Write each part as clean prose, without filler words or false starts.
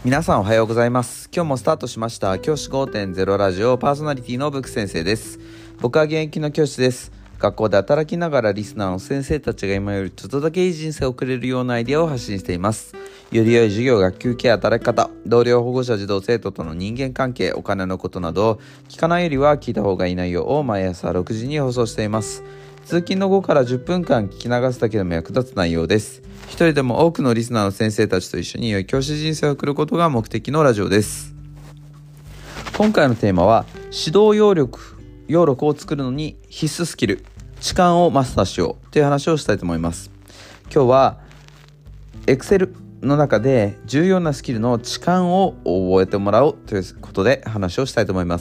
皆さんおはようございます。今日もスタートしました教師 5.0 ラジオパーソナリティのブック先生です。僕は現役の教師です。学校で働きながらリスナーの先生たちが今よりちょっとだけいい人生を送れるようなアイデアを発信しています。より良い授業、学級ケア、働き方、同僚、保護者、児童、生徒との人間関係、お金のことなど聞かないよりは聞いた方がいい内容を毎朝6時に放送しています。通勤の後から10分間聞き流すだけでも役立つ内容です。一人でも多くのリスナーの先生たちと一緒に良い教師人生を送ることが目的のラジオです。今回のテーマは指導要録を作るのに必須スキル、痴漢をマスターしようという話をしたいと思います。今日は Excel の中で重要なスキルの痴漢を覚えてもらおうということで話をしたいと思います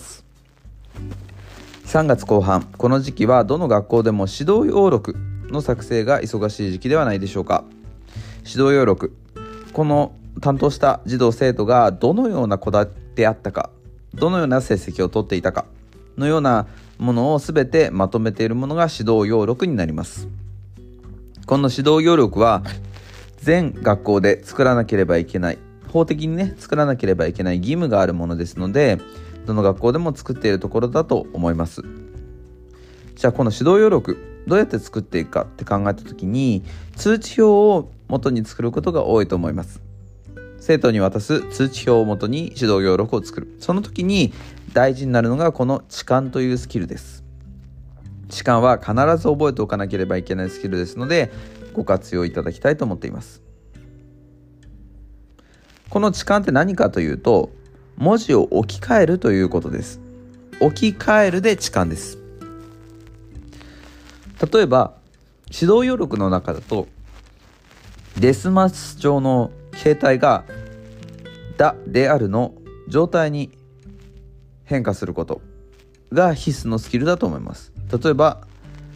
。3月後半、この時期はどの学校でも指導要録の作成が忙しい時期ではないでしょうか。指導要録、この担当した児童生徒がどのような子であったか、どのような成績を取っていたかのようなものをすべてまとめているものが指導要録になります。この指導要録は全学校で作らなければいけない、法的に作らなければいけない義務があるものですので、どの学校でも作っているところだと思います。じゃあこの指導要録どうやって作っていくかって考えたときに、通知表を元に作ることが多いと思います。生徒に渡す通知表を元に指導要録を作る。その時に大事になるのがこの痴漢というスキルです。痴漢は必ず覚えておかなければいけないスキルですので、ご活用いただきたいと思っています。この痴漢って何かというと、文字を置き換えるということです。置き換えるで痴漢です。例えば指導要録の中だと、デスマス上の形態がだであるの状態に変化することが必須のスキルだと思います。例えば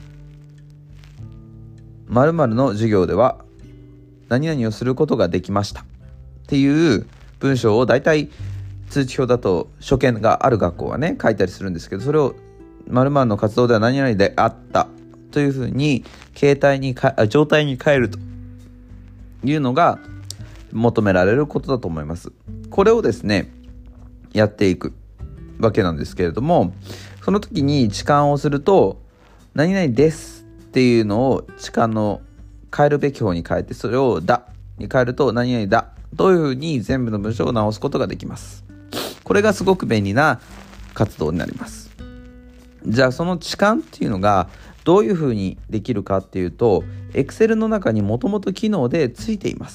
〇〇の授業では何々をすることができましたっていう文章をだいたい通知表だと所見がある学校は書いたりするんですけど、それを〇〇の活動では何々であったというふうに状態に変えるというのが求められることだと思います。これをやっていくわけなんですけれども、その時に痴漢をすると何々ですっていうのを痴漢の変えるべき方に変えて、それをだに変えると何々だというふうに全部の文章を直すことができます。これがすごく便利な活動になります。じゃあその痴漢っていうのがどういうふうにできるかっていうと、 Excel の中にもともと機能でついています。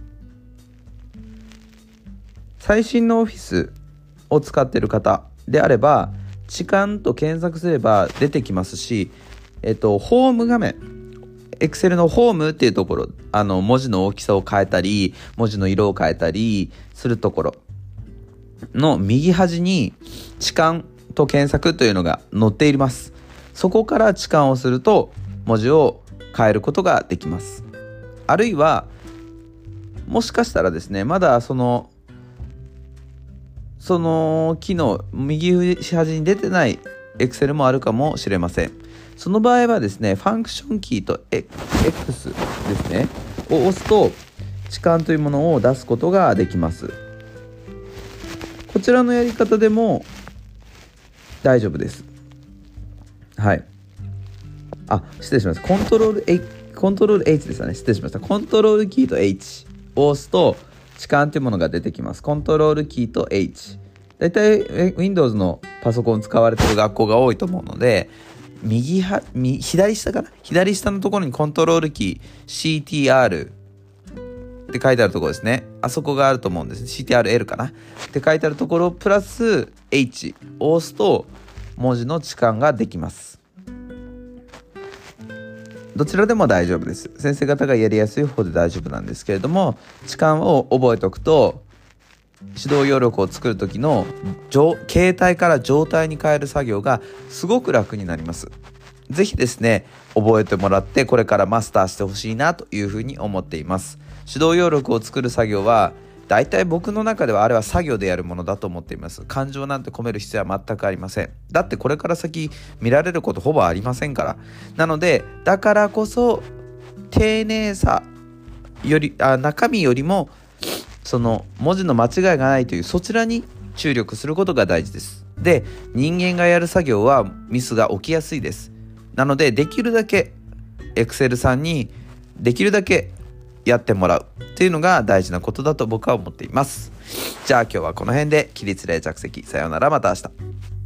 最新のオフィスを使っている方であれば痴漢と検索すれば出てきますし、ホーム画面、Excel のホームっていうところ、文字の大きさを変えたり文字の色を変えたりするところの右端に痴漢と検索というのが載っています。そこから痴漢をすると文字を変えることができます。あるいはもしかしたらまだその機能右端に出てない Excel もあるかもしれません。その場合はファンクションキーと X を押すと痴漢というものを出すことができます。こちらのやり方でも大丈夫です。はい。失礼しました。コントロール H でしたね。失礼しました。コントロールキーと H を押すと痴漢というものが出てきます。コントロールキーと H。だいたい Windows のパソコン使われている学校が多いと思うので、左下のところにコントロールキー CTR って書いてあるところですね。あそこがあると思うんです。CTRL かなって書いてあるところプラス H を押すと文字の痴漢ができます。どちらでも大丈夫です。先生方がやりやすい方で大丈夫なんですけれども、痴漢を覚えておくと指導要録を作る時の形態から状態に変える作業がすごく楽になります。ぜひ覚えてもらってこれからマスターしてほしいなというふうに思っています。指導要録を作る作業はだいたい僕の中ではあれは作業でやるものだと思っています。感情なんて込める必要は全くありません。だってこれから先見られることほぼありませんから。なのでだからこそ丁寧さより中身よりもその文字の間違いがないというそちらに注力することが大事です。で、人間がやる作業はミスが起きやすいです。なのでできるだけ Excel さんにできるだけやってもらうっていうのが大事なことだと僕は思っています。じゃあ今日はこの辺で起立例着席、さようなら、また明日。